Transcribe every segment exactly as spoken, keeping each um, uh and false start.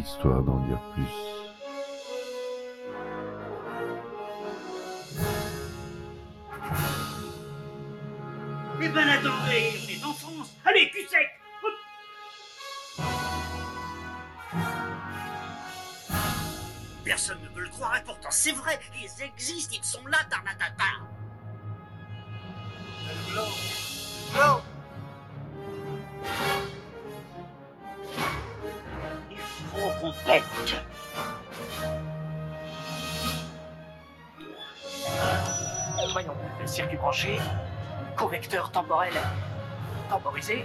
histoire d'en dire plus. Eh ben attendez, on est en France. Allez, cul sec. Hop. Personne ne peut le croire et pourtant c'est vrai. Ils existent, ils sont là, Tarnatata. Le blanc. Blanc. Il faut qu'on pète. Voyons, le circuit branché, correcteur temporel temporisé.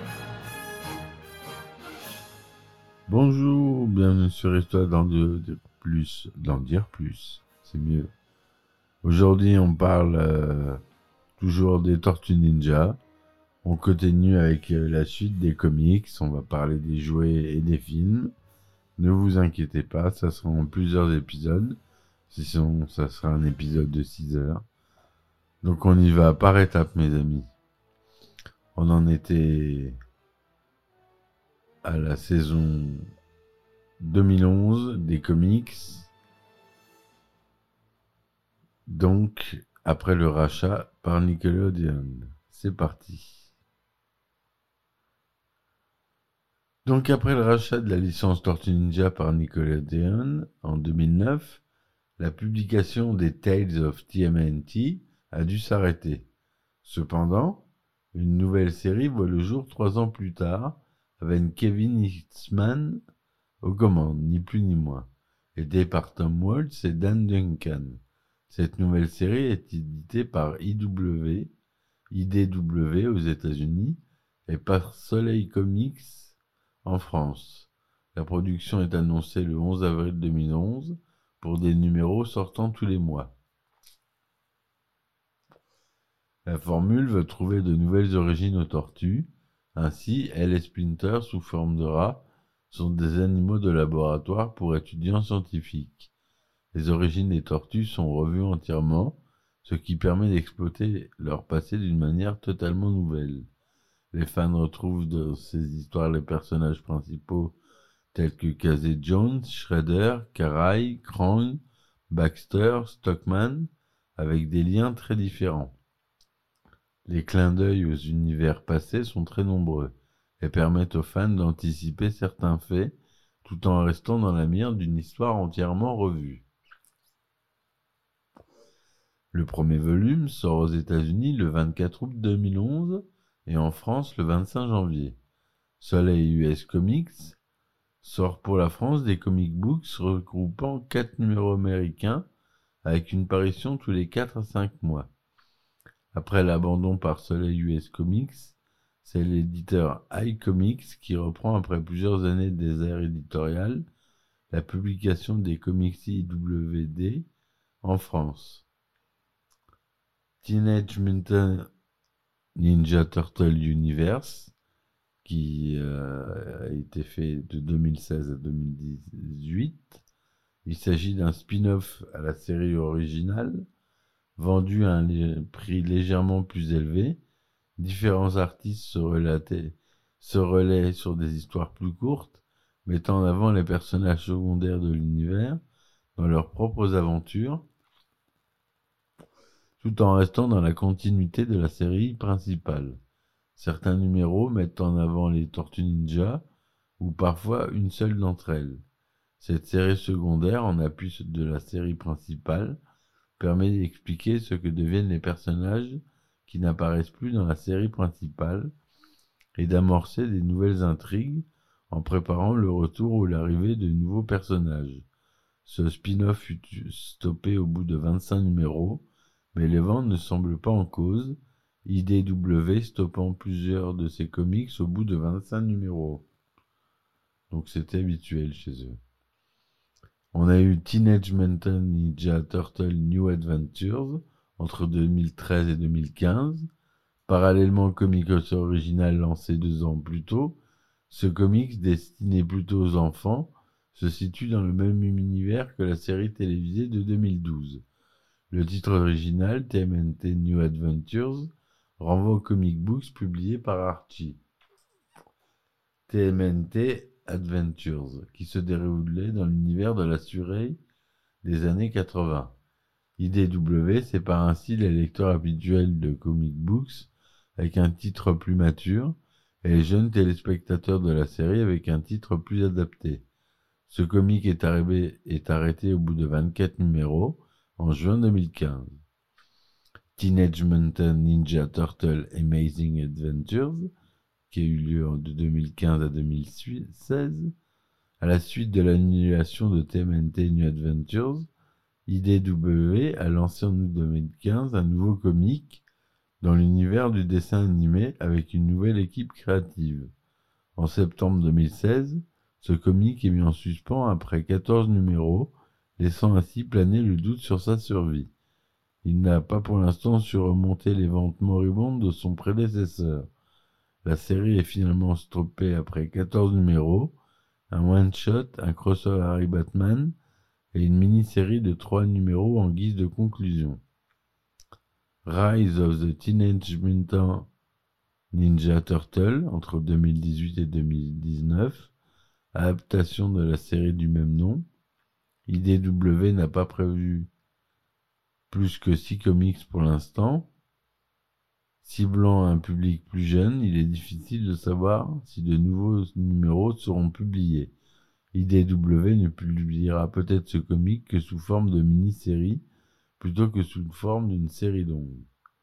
Bonjour, bienvenue sur Histoire d'en dire plus. D'en dire plus, c'est mieux. Aujourd'hui, on parle euh, toujours des Tortues Ninja. On continue avec euh, la suite des comics. On va parler des jouets et des films. Ne vous inquiétez pas, ça sera en plusieurs épisodes. Sinon, ça sera un épisode de six heures. Donc on y va par étapes, mes amis. On en était à la saison deux mille onze des comics. Donc, après le rachat par Nickelodeon. C'est parti. Donc, après le rachat de la licence Tortue Ninja par Nickelodeon en deux mille neuf, la publication des Tales of T M N T a dû s'arrêter. Cependant, une nouvelle série voit le jour trois ans plus tard, avec Kevin Eastman aux commandes, ni plus ni moins, aidé par Tom Waltz et Dan Duncan. Cette nouvelle série est éditée par I W, I D W aux États-Unis et par Soleil Comics en France. La production est annoncée le onze avril deux mille onze pour des numéros sortant tous les mois. La formule veut trouver de nouvelles origines aux tortues. Ainsi, Elle et Splinter, sous forme de rats, sont des animaux de laboratoire pour étudiants scientifiques. Les origines des tortues sont revues entièrement, ce qui permet d'exploiter leur passé d'une manière totalement nouvelle. Les fans retrouvent dans ces histoires les personnages principaux tels que Casey Jones, Shredder, Karai, Krang, Baxter, Stockman, avec des liens très différents. Les clins d'œil aux univers passés sont très nombreux et permettent aux fans d'anticiper certains faits tout en restant dans la mire d'une histoire entièrement revue. Le premier volume sort aux États-Unis le vingt-quatre août deux mille onze et en France le vingt-cinq janvier. Soleil U S Comics sort pour la France des comic books regroupant quatre numéros américains avec une parution tous les quatre à cinq mois. Après l'abandon par Soleil U S Comics, c'est l'éditeur iComics qui reprend après plusieurs années de désert éditorial la publication des comics I W D en France. Teenage Mutant Ninja Turtle Universe, qui euh, a été fait de deux mille seize à deux mille dix-huit. Il s'agit d'un spin-off à la série originale, vendu à un lé- prix légèrement plus élevé. Différents artistes se, relataient, se relaient sur des histoires plus courtes, mettant en avant les personnages secondaires de l'univers dans leurs propres aventures, tout en restant dans la continuité de la série principale. Certains numéros mettent en avant les Tortues Ninja, ou parfois une seule d'entre elles. Cette série secondaire, en appui de la série principale, permet d'expliquer ce que deviennent les personnages qui n'apparaissent plus dans la série principale et d'amorcer des nouvelles intrigues en préparant le retour ou l'arrivée de nouveaux personnages. Ce spin-off fut stoppé au bout de vingt-cinq numéros, mais les ventes ne semblent pas en cause, I D W stoppant plusieurs de ses comics au bout de vingt-cinq numéros. Donc c'était habituel chez eux. On a eu Teenage Mutant Ninja Turtle New Adventures entre deux mille treize et deux mille quinze. Parallèlement au comics original lancé deux ans plus tôt, ce comics destiné plutôt aux enfants se situe dans le même univers que la série télévisée de deux mille douze. Le titre original, T M N T New Adventures, renvoie aux comic books publiés par Archie. T M N T Adventures, qui se déroulait dans l'univers de la Surrey des années quatre-vingts. I D W sépare ainsi les lecteurs habituels de comic books avec un titre plus mature et les jeunes téléspectateurs de la série avec un titre plus adapté. Ce comic est, arrivé, est arrêté au bout de vingt-quatre numéros en juin deux mille quinze. Teenage Mutant Ninja Turtle Amazing Adventures, qui a eu lieu de deux mille quinze à deux mille seize, à la suite de l'annulation de T M N T New Adventures, I D W a lancé en août deux mille quinze un nouveau comic dans l'univers du dessin animé avec une nouvelle équipe créative. En septembre deux mille seize, ce comic est mis en suspens après quatorze numéros, laissant ainsi planer le doute sur sa survie. Il n'a pas pour l'instant su remonter les ventes moribondes de son prédécesseur. La série est finalement stoppée après quatorze numéros, un one-shot, un crossover Harry Batman et une mini-série de trois numéros en guise de conclusion. Rise of the Teenage Mutant Ninja Turtle, entre deux mille dix-huit et deux mille dix-neuf, adaptation de la série du même nom. I D W n'a pas prévu plus que six comics pour l'instant. Ciblant un public plus jeune, il est difficile de savoir si de nouveaux numéros seront publiés. I D W ne publiera peut-être ce comic que sous forme de mini-série, plutôt que sous forme d'une série longue.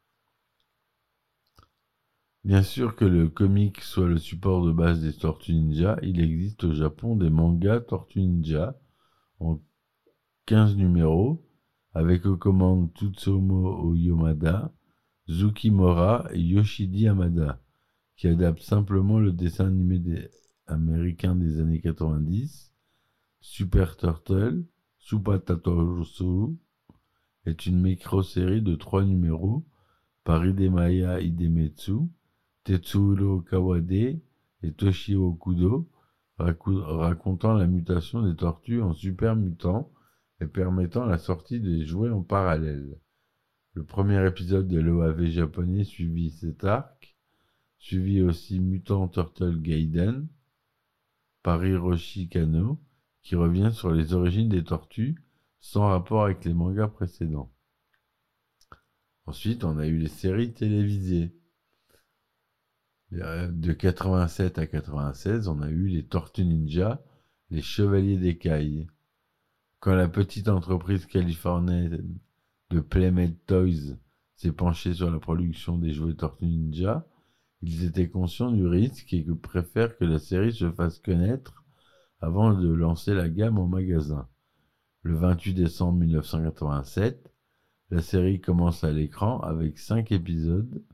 Bien sûr que le comic soit le support de base des Tortues Ninja, il existe au Japon des mangas Tortues Ninja en quinze numéros, avec aux commandes Tsutomu Oyamada, Tsukimura et Yoshidi Hamada, qui adaptent simplement le dessin animé des américain des années quatre-vingt-dix. Super Turtle, Supatatorosuru, est une micro-série de trois numéros par Hidemaya Hidemetsu, Tetsuhiro Kawade et Toshio Kudo, racontant la mutation des tortues en super mutants et permettant la sortie des jouets en parallèle. Le premier épisode de l'O A V japonais suivit cet arc, suivi aussi Mutant Turtle Gaiden par Hiroshi Kano, qui revient sur les origines des tortues sans rapport avec les mangas précédents. Ensuite, on a eu les séries télévisées. De quatre-vingt-sept à quatre-vingt-seize, on a eu les Tortues Ninja, les Chevaliers d'Écaille. Quand la petite entreprise californienne de Playmate Toys s'est penchée sur la production des jouets Tortues Ninja, ils étaient conscients du risque et que préfèrent que la série se fasse connaître avant de lancer la gamme en magasin. Le vingt-huit décembre mille neuf cent quatre-vingt-sept, la série commence à l'écran avec cinq épisodes.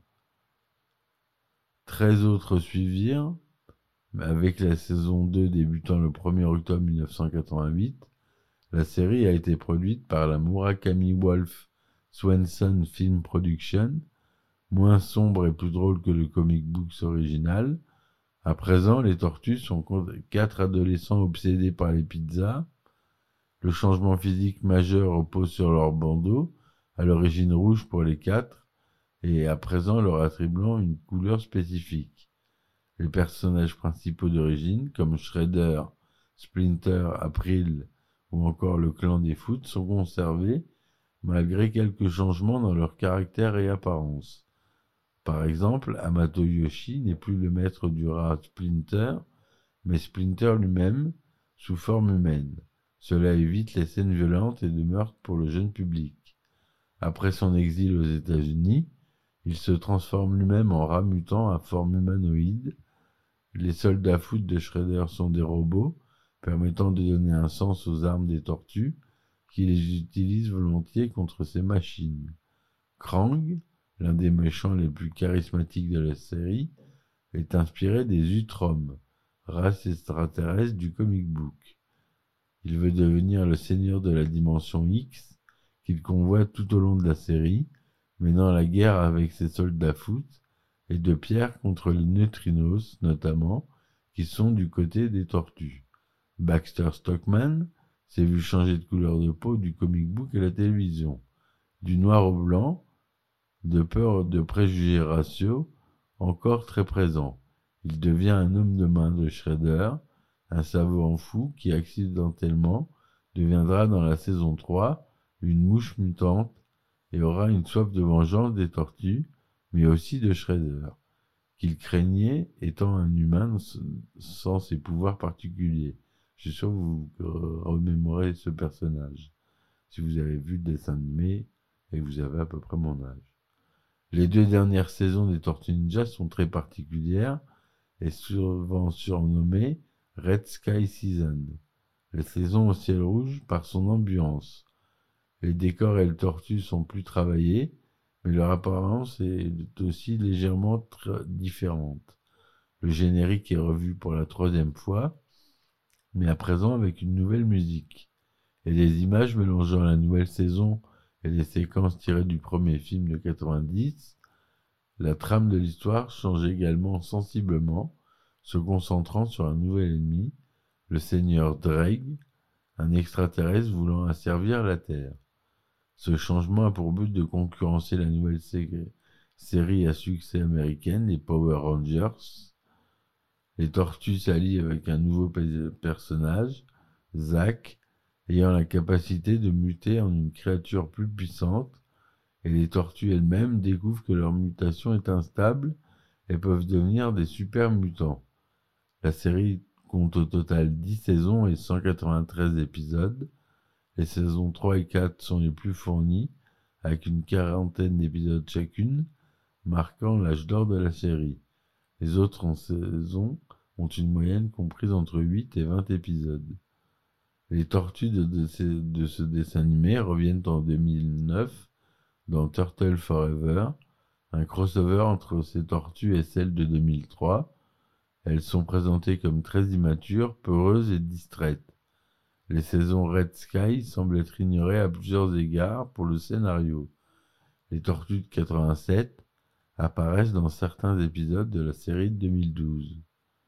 treize autres suivirent, avec la saison deux débutant le premier octobre mille neuf cent quatre-vingt-huit. La série a été produite par la Murakami Wolf Swenson Film Production, moins sombre et plus drôle que le comic books original. À présent, les tortues sont quatre adolescents obsédés par les pizzas. Le changement physique majeur repose sur leur bandeau, à l'origine rouge pour les quatre, et à présent leur attribuant une couleur spécifique. Les personnages principaux d'origine, comme Shredder, Splinter, April ou encore le clan des Foot, sont conservés, malgré quelques changements dans leur caractère et apparence. Par exemple, Hamato Yoshi n'est plus le maître du rat Splinter, mais Splinter lui-même, sous forme humaine. Cela évite les scènes violentes et de meurtre pour le jeune public. Après son exil aux États-Unis, il se transforme lui-même en rat mutant à forme humanoïde. Les soldats foot de Shredder sont des robots, permettant de donner un sens aux armes des tortues, qui les utilisent volontiers contre ces machines. Krang, l'un des méchants les plus charismatiques de la série, est inspiré des Utrom, race extraterrestre du comic book. Il veut devenir le seigneur de la dimension X, qu'il convoite tout au long de la série, menant la guerre avec ses soldats foot et de pierre contre les neutrinos, notamment, qui sont du côté des tortues. Baxter Stockman s'est vu changer de couleur de peau du comic book à la télévision, du noir au blanc, de peur de préjugés raciaux, encore très présents. Il devient un homme de main de Shredder un savant fou qui accidentellement deviendra dans la saison trois une mouche mutante et aura une soif de vengeance des tortues, mais aussi de Shredder, qu'il craignait étant un humain sans ses pouvoirs particuliers. Je suis sûr que vous remémorez ce personnage, si vous avez vu le dessin animé et que vous avez à peu près mon âge. Les deux dernières saisons des Tortues Ninja sont très particulières et souvent surnommées Red Sky Season, la saison au ciel rouge par son ambiance. Les décors et les tortues sont plus travaillés, mais leur apparence est aussi légèrement différente. Le générique est revu pour la troisième fois, mais à présent avec une nouvelle musique. Et des images mélangeant la nouvelle saison et les séquences tirées du premier film de quatre-vingt-dix, la trame de l'histoire change également sensiblement, se concentrant sur un nouvel ennemi, le seigneur Dreg, un extraterrestre voulant asservir la Terre. Ce changement a pour but de concurrencer la nouvelle sé- série à succès américaine, les Power Rangers. Les tortues s'allient avec un nouveau pe- personnage, Zack, ayant la capacité de muter en une créature plus puissante, et les tortues elles-mêmes découvrent que leur mutation est instable et peuvent devenir des super mutants. La série compte au total dix saisons et cent quatre-vingt-treize épisodes. Les saisons trois et quatre sont les plus fournies, avec une quarantaine d'épisodes chacune, marquant l'âge d'or de la série. Les autres saisons ont une moyenne comprise entre huit et vingt épisodes. Les tortues de, de, ces, de ce dessin animé reviennent en deux mille neuf dans Turtle Forever, un crossover entre ces tortues et celles de deux mille trois. Elles sont présentées comme très immatures, peureuses et distraites. Les saisons Red Sky semblent être ignorées à plusieurs égards pour le scénario. Les tortues de quatre-vingt-sept apparaissent dans certains épisodes de la série de deux mille douze.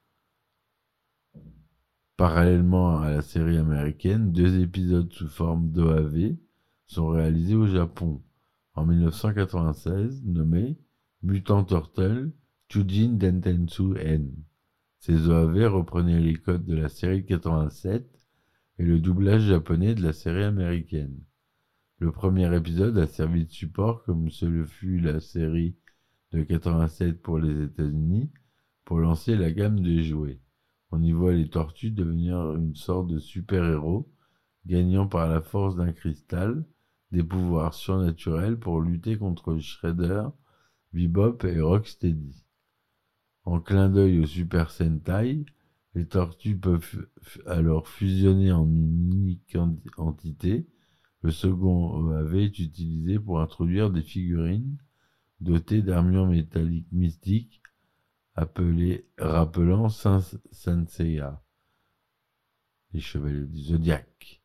Parallèlement à la série américaine, deux épisodes sous forme d'O A V sont réalisés au Japon, en mille neuf cent quatre-vingt-seize, nommés Mutant Turtle Chujin Dentetsu N. Ces O A V reprenaient les codes de la série de quatre-vingt-sept et le doublage japonais de la série américaine. Le premier épisode a servi de support, comme ce le fut la série de quatre-vingt-sept pour les États-Unis, pour lancer la gamme de jouets. On y voit les tortues devenir une sorte de super-héros, gagnant par la force d'un cristal des pouvoirs surnaturels pour lutter contre Shredder, Bebop et Rocksteady. En clin d'œil au Super Sentai, les tortues peuvent alors fusionner en une unique entité. Le second O A V est utilisé pour introduire des figurines dotées d'armures métalliques mystiques appelées, rappelant Saint Seiya, les chevaliers du Zodiaque.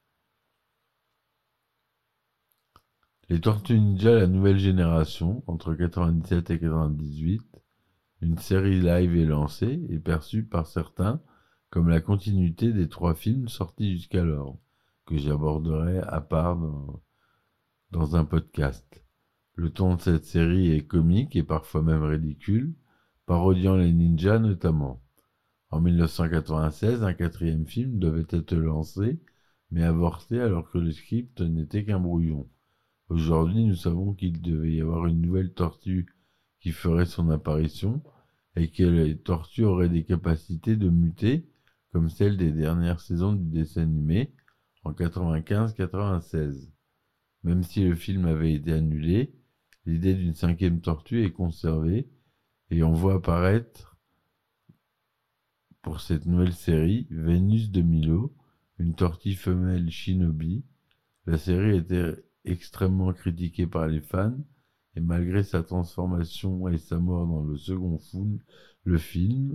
Les Tortues Ninja, la nouvelle génération, entre quatre-vingt-dix-sept et quatre-vingt-dix-huit, une série live est lancée et perçue par certains comme la continuité des trois films sortis jusqu'alors, que j'aborderai à part dans, dans un podcast. Le ton de cette série est comique et parfois même ridicule, parodiant les ninjas notamment. En mille neuf cent quatre-vingt-seize, un quatrième film devait être lancé, mais avorté alors que le script n'était qu'un brouillon. Aujourd'hui, nous savons qu'il devait y avoir une nouvelle tortue qui ferait son apparition et que les tortues auraient des capacités de muter, comme celles des dernières saisons du dessin animé, en quatre-vingt-quinze quatre-vingt-seize. Même si le film avait été annulé, l'idée d'une cinquième tortue est conservée et on voit apparaître pour cette nouvelle série Vénus de Milo, une tortue femelle shinobi. La série était extrêmement critiquée par les fans et malgré sa transformation et sa mort dans le second film, le film,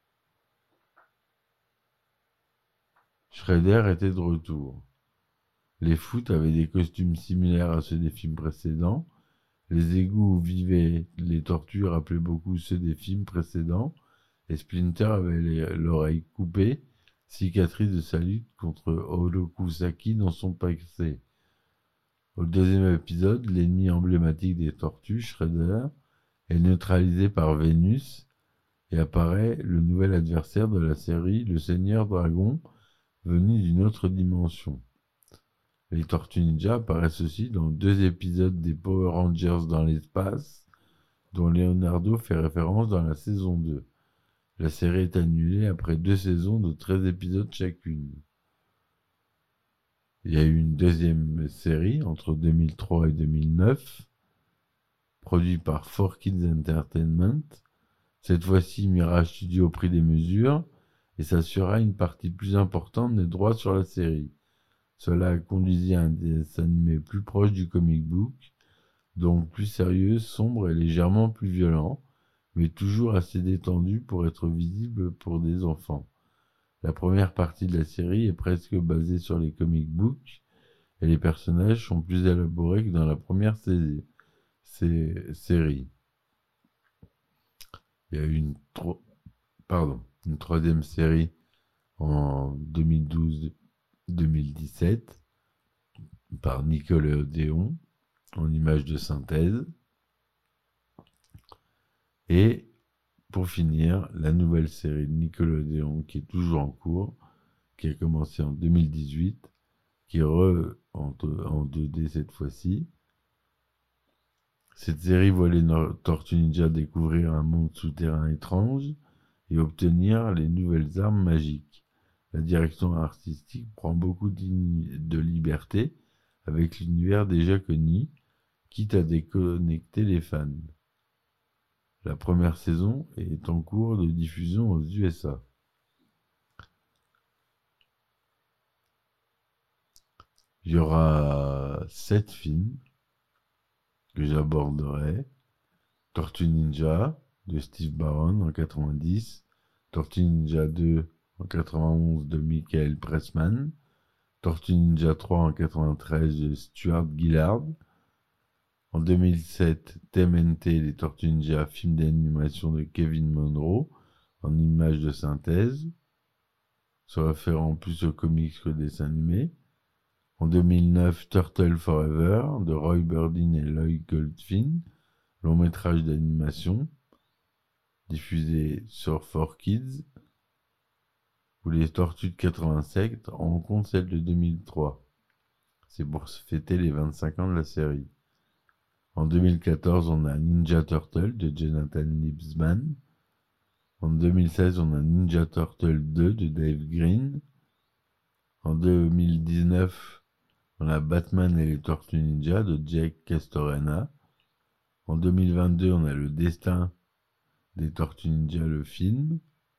Shredder était de retour. Les Foot avaient des costumes similaires à ceux des films précédents. Les égouts où vivaient les tortues rappelaient beaucoup ceux des films précédents. Et Splinter avait l'oreille coupée, cicatrice de sa lutte contre Orokusaki dans son passé. Au deuxième épisode, l'ennemi emblématique des tortues, Shredder, est neutralisé par Vénus et apparaît le nouvel adversaire de la série, le Seigneur Dragon, venu d'une autre dimension. Les Tortues Ninja apparaissent aussi dans deux épisodes des Power Rangers dans l'espace, dont Leonardo fait référence dans la saison deux. La série est annulée après deux saisons de treize épisodes chacune. Il y a eu une deuxième série entre deux mille trois et deux mille neuf, produite par four Kids Entertainment. Cette fois-ci, Mirage Studio prit des mesures et s'assura une partie plus importante des droits sur la série. Cela a conduit à un dessin animé plus proche du comic book, donc plus sérieux, sombre et légèrement plus violent, mais toujours assez détendu pour être visible pour des enfants. La première partie de la série est presque basée sur les comic books, et les personnages sont plus élaborés que dans la première sé- sé- série. Il y a eu une, tro- pardon, une troisième série en deux mille douze deux mille dix-sept par Nickelodeon en images de synthèse. Et pour finir, la nouvelle série de Nickelodeon qui est toujours en cours, qui a commencé en deux mille dix-huit, qui est re en, en deux D cette fois-ci. Cette série voit les Tortues Ninja découvrir un monde souterrain étrange et obtenir les nouvelles armes magiques. La direction artistique prend beaucoup de liberté avec l'univers déjà connu, quitte à déconnecter les fans. La première saison est en cours de diffusion aux U S A. Il y aura sept films que j'aborderai. Tortue Ninja de Steve Barron en quatre-vingt-dix, Tortue Ninja deux en quatre-vingt-onze de Michael Pressman, Tortue Ninja trois en quatre-vingt-treize de Stuart Gillard, en deux mille sept, T M N T, les Tortues Ninja, film d'animation de Kevin Monroe, en images de synthèse, se référant plus aux comics qu'aux dessins animés. En deux mille neuf, Turtle Forever, de Roy Burdin et Lloyd Goldfin, long métrage d'animation, diffusé sur four Kids, où les Tortues de quatre-vingt-sept rencontrent celles de deux mille trois. C'est pour fêter les vingt-cinq ans de la série. En deux mille quatorze, on a Ninja Turtle de Jonathan Liebsman. En deux mille seize, on a Ninja Turtle deux de Dave Green. En deux mille dix-neuf, on a Batman et les Tortues Ninja de Jake Castorena. En deux mille vingt-deux, on a Le Destin des Tortues Ninja, le film.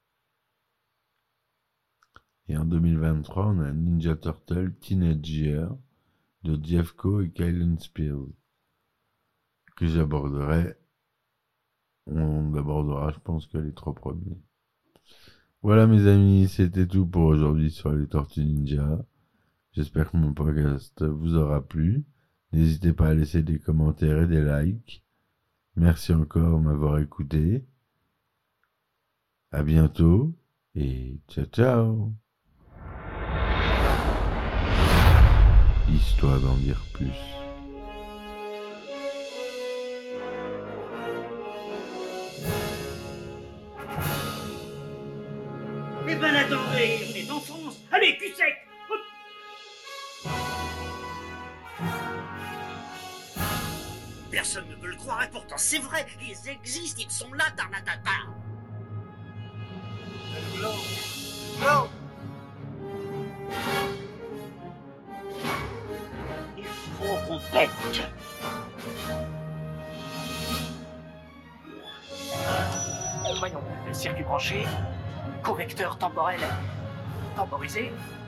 Et en deux mille vingt-trois, on a Ninja Turtle Teenage Year de Jeff Koh et Kylan Spears, que j'aborderai. On abordera, je pense, que les trois premiers. Voilà mes amis, c'était tout pour aujourd'hui sur les Tortues Ninja. J'espère que mon podcast vous aura plu. N'hésitez pas à laisser des commentaires et des likes. Merci encore de m'avoir écouté. À bientôt et ciao ciao. Histoire d'en dire plus. Eh ben attendez, on est en France. Allez, cul sec. Hop. Personne ne peut le croire et pourtant c'est vrai, ils existent, ils sont là, Tarnatata. No! Il faut qu'on pète. Voyons, le circuit branché, correcteur temporel temporisé,